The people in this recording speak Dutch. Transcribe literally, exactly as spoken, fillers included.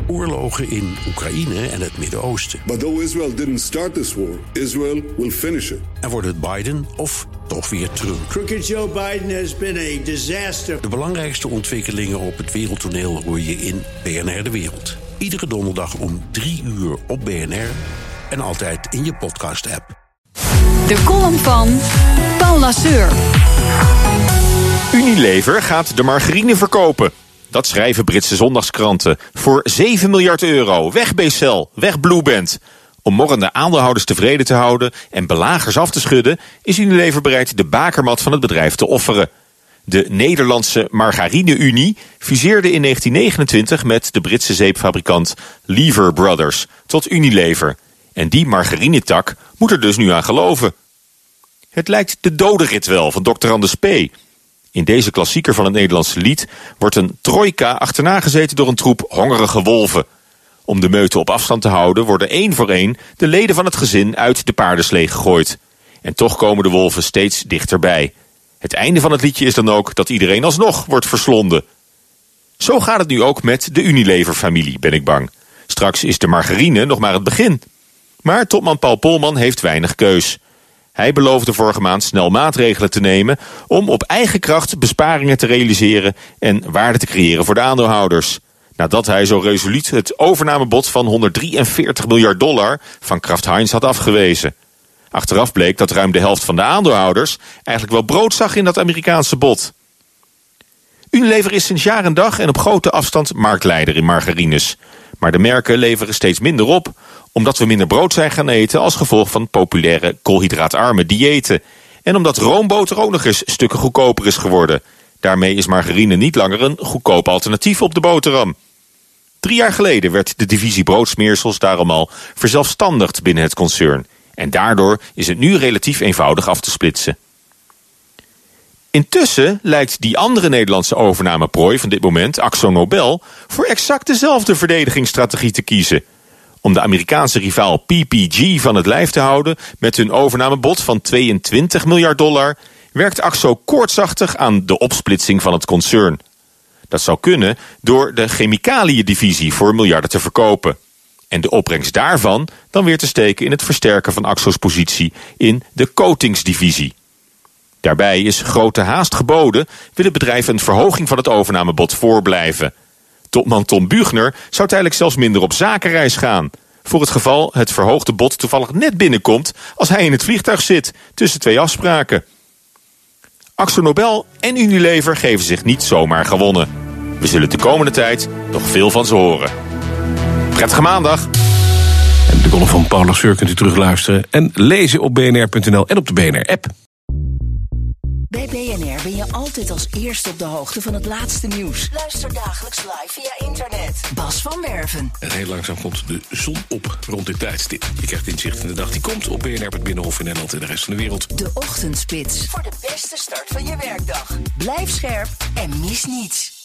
oorlogen in Oekraïne en het Midden-Oosten. But though Israel didn't start this war, Israel will finish it. En wordt het Biden of toch weer Trump? Crooked Joe Biden has been a disaster. De belangrijkste ontwikkelingen op het wereldtoneel hoor je in B N R De Wereld. Iedere donderdag om drie uur op B N R en altijd in je podcast-app. De column van Paul Lasseur. Unilever gaat de margarine verkopen. Dat schrijven Britse zondagskranten. Voor zeven miljard euro. Weg B C L, weg Blueband. Om morrende aandeelhouders tevreden te houden en belagers af te schudden, is Unilever bereid de bakermat van het bedrijf te offeren. De Nederlandse Margarine Unie fuseerde in negentien negenentwintig met de Britse zeepfabrikant Lever Brothers tot Unilever. En die margarinetak moet er dus nu aan geloven. Het lijkt de dodenrit wel van dokter Anders P. In deze klassieker van het Nederlandse lied wordt een trojka achterna gezeten door een troep hongerige wolven. Om de meute op afstand te houden worden één voor één de leden van het gezin uit de paardenslee gegooid. En toch komen de wolven steeds dichterbij. Het einde van het liedje is dan ook dat iedereen alsnog wordt verslonden. Zo gaat het nu ook met de Unilever-familie, ben ik bang. Straks is de margarine nog maar het begin. Maar topman Paul Polman heeft weinig keus. Hij beloofde vorige maand snel maatregelen te nemen om op eigen kracht besparingen te realiseren en waarde te creëren voor de aandeelhouders. Nadat hij zo resoluut het overnamebod van honderddrieënveertig miljard dollar van Kraft Heinz had afgewezen. Achteraf bleek dat ruim de helft van de aandeelhouders eigenlijk wel brood zag in dat Amerikaanse bod. Unilever is sinds jaar en dag en op grote afstand marktleider in margarines. Maar de merken leveren steeds minder op, omdat we minder brood zijn gaan eten als gevolg van populaire koolhydraatarme diëten. En omdat roomboter ook nog eens stukken goedkoper is geworden. Daarmee is margarine niet langer een goedkoop alternatief op de boterham. Drie jaar geleden werd de divisie broodsmeersels daarom al verzelfstandigd binnen het concern. En daardoor is het nu relatief eenvoudig af te splitsen. Intussen lijkt die andere Nederlandse overnameprooi van dit moment, AkzoNobel, voor exact dezelfde verdedigingsstrategie te kiezen. Om de Amerikaanse rivaal P P G van het lijf te houden met hun overnamebod van tweeëntwintig miljard dollar, werkt Akzo koortsachtig aan de opsplitsing van het concern. Dat zou kunnen door de chemicaliëndivisie voor miljarden te verkopen. En de opbrengst daarvan dan weer te steken in het versterken van Akzo's positie in de coatingsdivisie. Daarbij is grote haast geboden, wil het bedrijf een verhoging van het overnamebod voorblijven. Topman Tom Buchner zou tijdelijk zelfs minder op zakenreis gaan, voor het geval het verhoogde bod toevallig net binnenkomt als hij in het vliegtuig zit tussen twee afspraken. AkzoNobel en Unilever geven zich niet zomaar gewonnen. We zullen de komende tijd nog veel van ze horen. Prettige maandag! En de column van Paul Lasseur kunt u terugluisteren en lezen op b n r punt n l en op de B N R-app. Bij B N R ben je altijd als eerste op de hoogte van het laatste nieuws. Luister dagelijks live via internet. Bas van Werven. En heel langzaam komt de zon op rond dit tijdstip. Je krijgt inzicht in de dag die komt op B N R, het Binnenhof in Nederland en de rest van de wereld. De Ochtendspits. Voor de beste start van je werkdag. Blijf scherp en mis niets.